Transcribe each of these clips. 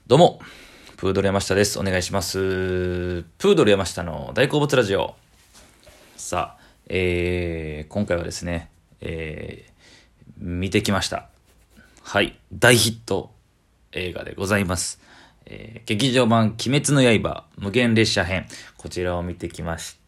どうも、プードル山下です。お願いします。プードル山下の大好物ラジオ。さあ、今回はですね、見てきました。はい、大ヒット映画でございます。劇場版鬼滅の刃無限列車編。こちらを見てきました。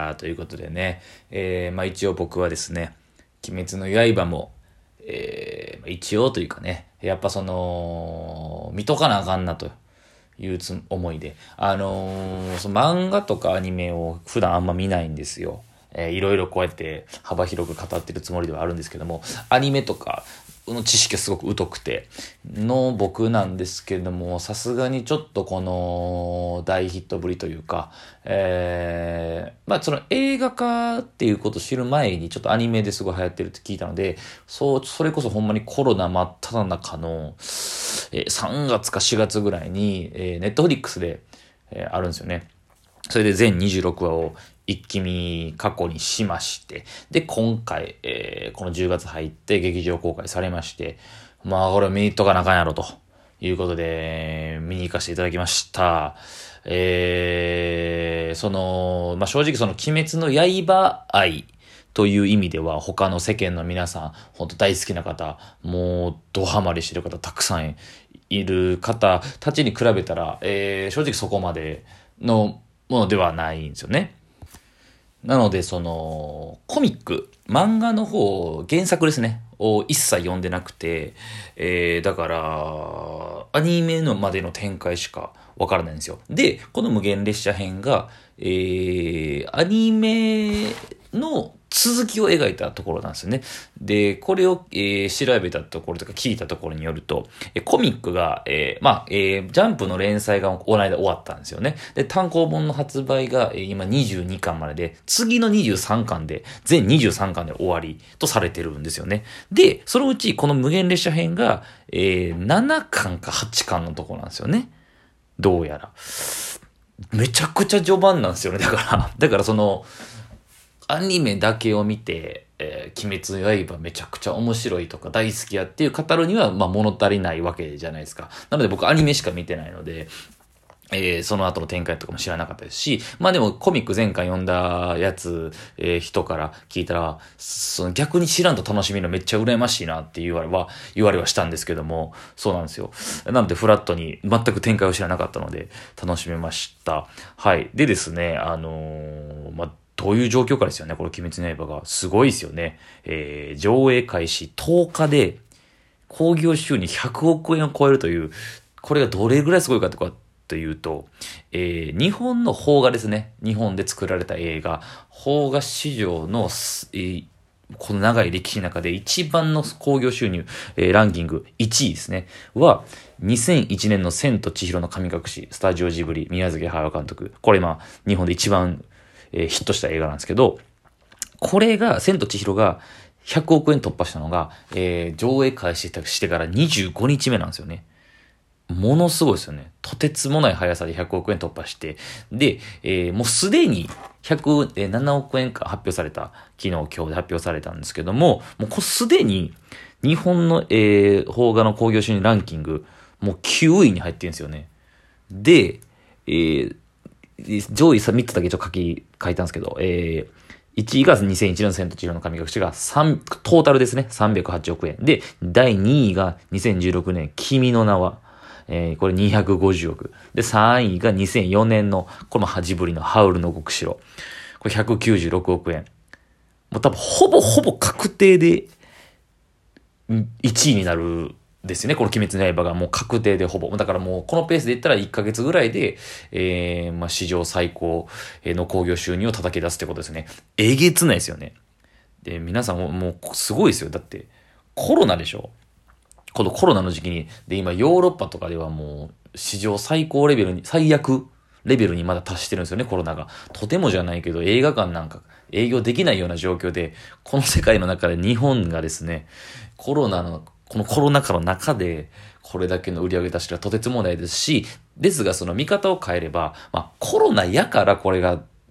ということでね、一応僕はですね、鬼滅の刃も、一応というかね、やっぱ見とかなあかんなという思いで、その漫画とかアニメを普段あんま見ないんですよ。いろいろこうやって幅広く語ってるつもりではあるんですけども、アニメとかの知識がすごく疎くての僕なんですけども、さすがにちょっとこの大ヒットぶりというか、その映画化っていうことを知る前にちょっとアニメですごい流行ってるって聞いたので、それこそほんまにコロナ真っ只中の、3月か4月ぐらいに、ネットフリックスで、あるんですよね。それで全26話を一気見過去にしまして、で、今回、この10月入って劇場公開されまして、これ見に行っとかなあかんやろということで、見に行かせていただきました。正直その鬼滅の刃愛という意味では他の世間の皆さん、本当大好きな方、もうドハマりしてる方たくさんいる方たちに比べたら、正直そこまでのものではないんですよね。なので、コミック、漫画の方、原作ですね、を一切読んでなくて、だから、アニメのまでの展開しかわからないんですよ。で、この無限列車編が、アニメの続きを描いたところなんですよね。で、これを、調べたところとか聞いたところによると、コミックが、ジャンプの連載がこの間終わったんですよね。で、単行本の発売が、今22巻までで、次の23巻で、全23巻で終わりとされてるんですよね。で、そのうちこの無限列車編が、7巻か8巻のところなんですよね。どうやら。めちゃくちゃ序盤なんですよね。だからアニメだけを見て、鬼滅の刃めちゃくちゃ面白いとか大好きやっていう語るには、物足りないわけじゃないですか。なので僕アニメしか見てないので、その後の展開とかも知らなかったですし、でもコミック前回読んだやつ、人から聞いたら、逆に知らんと楽しみるのめっちゃ羨ましいなって言われはしたんですけども、そうなんですよ。なのでフラットに全く展開を知らなかったので楽しめました。はい。でですね、どういう状況かですよね、この鬼滅の刃が。すごいですよね。上映開始10日で興行収入100億円を超えるという、これがどれぐらいすごいかというと、日本の邦画ですね。日本で作られた映画、邦画史上の、この長い歴史の中で一番の興行収入、ランキング1位ですね。は、2001年の千と千尋の神隠し、スタジオジブリ、宮崎駿監督。これ日本で一番、ヒットした映画なんですけど、これが、千と千尋が100億円突破したのが、上映開始してから25日目なんですよね。ものすごいですよね。とてつもない速さで100億円突破して、で、もうすでに7億円か発表された、昨日今日で発表されたんですけども、もうすでに日本の、邦画の興行収入ランキング、もう9位に入ってるんですよね。で、上位3つだけ書いたんですけど、1位が2001年の千と千尋の神隠しがトータルですね、308億円。で、第2位が2016年、君の名は、これ250億。で、3位が2004年の、これもジブリのハウルの動く城。これ196億円。もう多分ほぼ確定で1位になるですよね。この鬼滅の刃がもう確定でほぼ。だからもうこのペースで言ったら1ヶ月ぐらいで、史上最高の興行収入を叩き出すってことですね。えげつないですよね。で、皆さんもうすごいですよ。だってコロナでしょ。このコロナの時期に、で、今ヨーロッパとかではもう史上最悪レベルにまだ達してるんですよね、コロナが。とてもじゃないけど映画館なんか営業できないような状況で、この世界の中で日本がですね、このコロナ禍の中で、これだけの売り上げ出しはとてつもないですし、ですがその見方を変えれば、コロナやからこれが、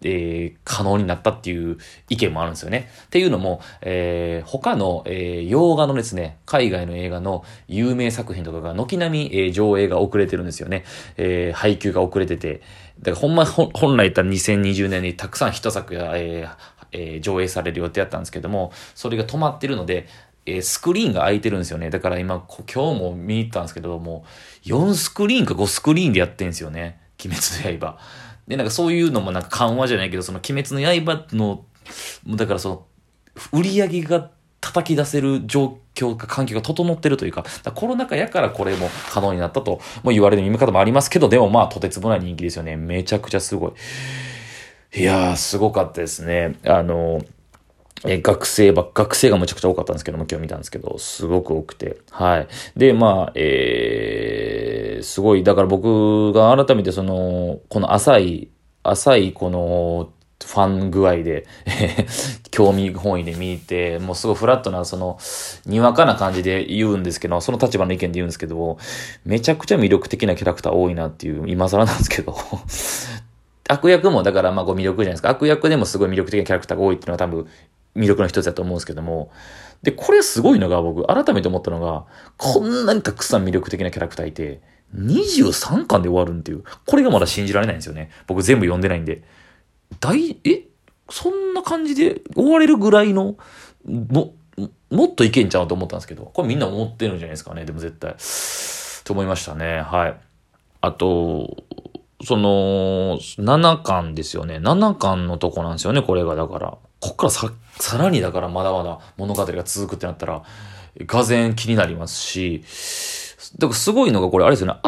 可能になったっていう意見もあるんですよね。っていうのも、他の、洋画のですね、海外の映画の有名作品とかが軒並み、上映が遅れてるんですよね。配給が遅れてて。だから本来言ったら2020年にたくさんヒット作が、上映される予定だったんですけども、それが止まってるので、スクリーンが空いてるんですよね。だから今日も見に行ったんですけども、4スクリーンか5スクリーンでやってんですよね。鬼滅の刃。で、なんかそういうのもなんか緩和じゃないけど、その鬼滅の刃の、だからその、売り上げが叩き出せる状況か環境が整ってるというか、コロナ禍やからこれも可能になったとも言われる見方もありますけど、でもまあとてつもない人気ですよね。めちゃくちゃすごい。いやー、すごかったですね。学生がむちゃくちゃ多かったんですけども、今日見たんですけど、すごく多くて。はい。で、まあ、すごい、だから僕が改めてこの浅いこの、ファン具合で、興味本位で見て、もうすごいフラットな、にわかな感じで言うんですけど、その立場の意見で言うんですけど、めちゃくちゃ魅力的なキャラクター多いなっていう、今更なんですけど、悪役もだからまあ魅力じゃないですか。悪役でもすごい魅力的なキャラクターが多いっていうのは多分魅力の一つだと思うんですけども。で、これすごいのが僕改めて思ったのが、こんなにたくさん魅力的なキャラクターいて、23巻で終わるっていう。これがまだ信じられないんですよね。僕全部読んでないんで。そんな感じで終われるぐらいの、もっといけんちゃうと思ったんですけど、これみんな思ってるんじゃないですかね。でも絶対。と思いましたね。はい。あと、7巻ですよね。7巻のとこなんですよね、これが。だから、こっからさらにだからまだまだ物語が続くってなったら、がぜん気になりますし、だからすごいのがこれあれですよね。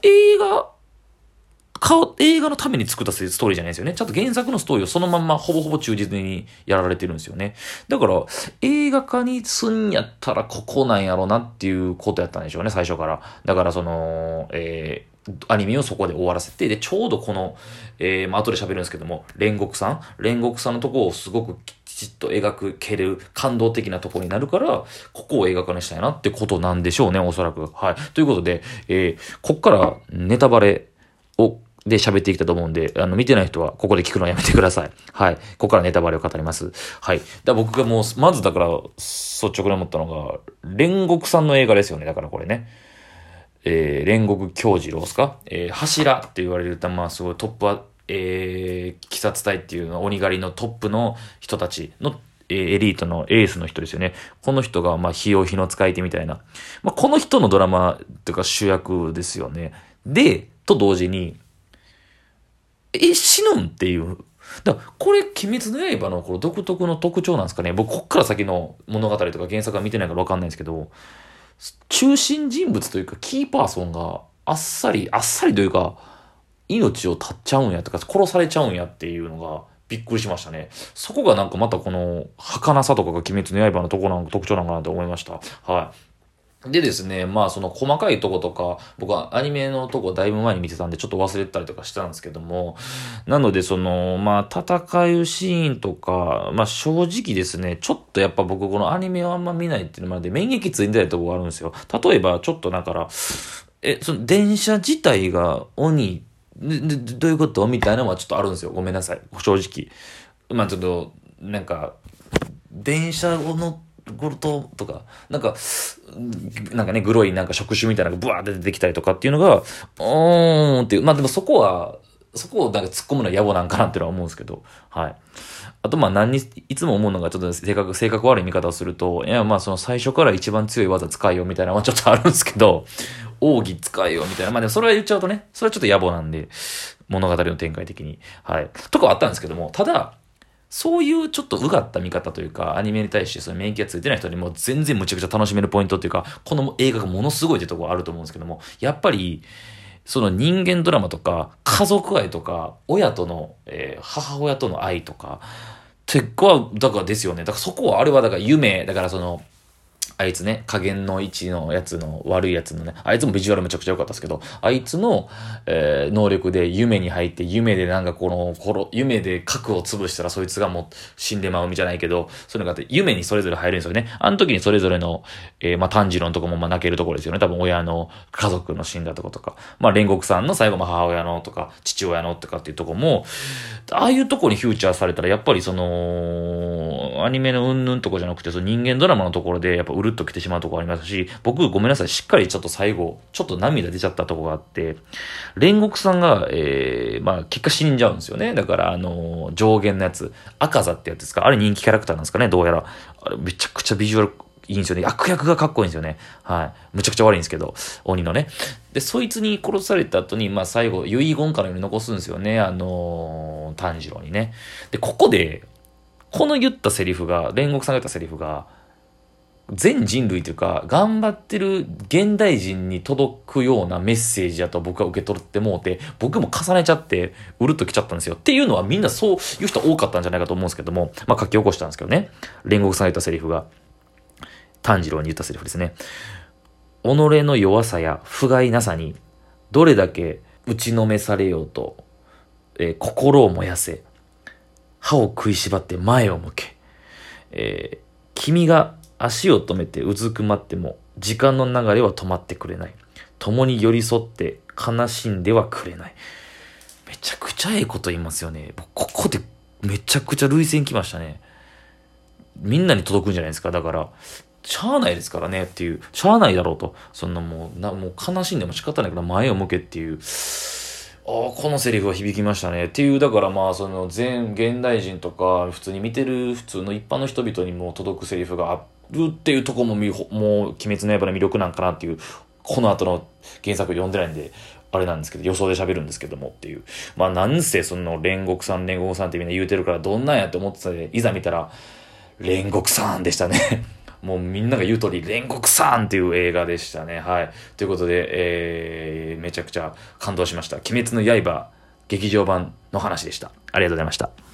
映画のために作ったストーリーじゃないですよね。ちゃんと原作のストーリーをそのまんまほぼほぼ忠実にやられてるんですよね。だから、映画化にすんやったらここなんやろなっていうことやったんでしょうね、最初から。だからアニメをそこで終わらせて、で、ちょうどこの、後で喋るんですけども、煉獄さんのところをすごくきちっと描ける感動的なところになるから、ここを映画化にしたいなってことなんでしょうね、おそらく。はい。ということで、こっからネタバレで喋っていきたいと思うんで、見てない人はここで聞くのやめてください。はい。ここからネタバレを語ります。はい。僕がもう、まずだから率直に思ったのが、煉獄さんの映画ですよね。だからこれね。煉獄杏次郎ですか、柱って言われるまあすごいトップは、鬼殺隊っていうの鬼狩りのトップの人たちの、エリートのエースの人ですよね。この人がまあ火の使い手みたいな。まあこの人のドラマというか主役ですよね。で、と同時に、死ぬんっていう。だからこれ、鬼滅の刃のこの独特の特徴なんですかね。僕、こっから先の物語とか原作は見てないから分かんないんですけど、中心人物というかキーパーソンがあっさりというか、命を絶っちゃうんやとか、殺されちゃうんやっていうのがびっくりしましたね。そこがなんかまたこの儚さとかが鬼滅の刃の特徴なのかなと思いました。はい。でですね、まあその細かいとことか、僕はアニメのとこだいぶ前に見てたんでちょっと忘れてたりとかしたんですけども、なのでまあ戦うシーンとか、まあ正直ですね、ちょっとやっぱ僕このアニメをあんま見ないっていうのもあるんで、免疫ついてないとこがあるんですよ。例えばちょっとだから、その電車自体が鬼、どういうことみたいなのはちょっとあるんですよ。ごめんなさい。正直。まあちょっと、なんか、電車を乗ゴルトとか、なんかね、グロいなんか触手みたいなのがブワーって出てきたりとかっていうのが、っていう。まあでもそこをなんか突っ込むのは野暮なんかなってのは思うんですけど、はい。あとまあいつも思うのがちょっと性格悪い見方をすると、いやまあその最初から一番強い技使えよみたいなのはちょっとあるんですけど、奥義使えよみたいな。まあでもそれは言っちゃうとね、それはちょっと野暮なんで、物語の展開的に。はい。とかはあったんですけども、ただ、そういうちょっとうがった見方というか、アニメに対してその免疫がついてない人にも全然むちゃくちゃ楽しめるポイントっていうか、この映画がものすごいってところあると思うんですけども、やっぱり、その人間ドラマとか、家族愛とか、母親との愛とか、だからですよね。だからそこは、あれはだから夢、だからあいつね、加減の1のやつの悪いやつのね、あいつもビジュアルめちゃくちゃ良かったですけど、あいつの、能力で夢に入って、夢でなんか夢で核を潰したらそいつがもう死んでまうみたいないけど、そういうのがあって、夢にそれぞれ入るんですよね。あの時にそれぞれの、まあ、炭治郎のとこもまあ泣けるところですよね。多分親の家族の死んだとことか、まあ、煉獄さんの最後も母親のとか、父親のとかっていうとこも、ああいうとこにフューチャーされたら、やっぱりその、アニメのうんぬんとこじゃなくて、その人間ドラマのところで、やっぱうるっと来てしまうところありますし、僕ごめんなさい、しっかりちょっと最後、ちょっと涙出ちゃったとこがあって、煉獄さんが、まあ結果死んじゃうんですよね。だから上限のやつ、赤座ってやつですか、あれ人気キャラクターなんですかね、どうやら。あれめちゃくちゃビジュアルいいんですよね。悪役がかっこいいんですよね。はい。むちゃくちゃ悪いんですけど、鬼のね。で、そいつに殺された後に、まあ最後、遺言かのように残すんですよね。炭治郎にね。で、ここで、この言ったセリフが、煉獄さんが言ったセリフが、全人類というか、頑張ってる現代人に届くようなメッセージだと僕は受け取ってもうて、僕も重ねちゃって、うるっときちゃったんですよ。っていうのはみんなそういう人多かったんじゃないかと思うんですけども、まあ書き起こしたんですけどね。煉獄さんが言ったセリフが、炭治郎に言ったセリフですね。己の弱さや不甲斐なさに、どれだけ打ちのめされようと、心を燃やせ、歯を食いしばって前を向け、君が足を止めてうずくまっても、時間の流れは止まってくれない。共に寄り添って悲しんではくれない。めちゃくちゃええこと言いますよね。ここでめちゃくちゃ涙腺きましたね。みんなに届くんじゃないですか。だから、しゃあないですからねっていう、しゃあないだろうと。そんなもう悲しんでも仕方ないから前を向けっていう、このセリフは響きましたね。っていう、だからまあ、その現代人とか、普通に見てる普通の一般の人々にも届くセリフがあるっていうところも、もう、鬼滅の刃の魅力なんかなっていう、この後の原作読んでないんで、あれなんですけど、予想で喋るんですけどもっていう。まあ、なんせその煉獄さんってみんな言うてるから、どんなんやって思ってたで、いざ見たら、煉獄さんでしたね。もうみんなが言う通り、煉獄さんっていう映画でしたね。はい。ということで、めちゃくちゃ感動しました。鬼滅の刃劇場版の話でした。ありがとうございました。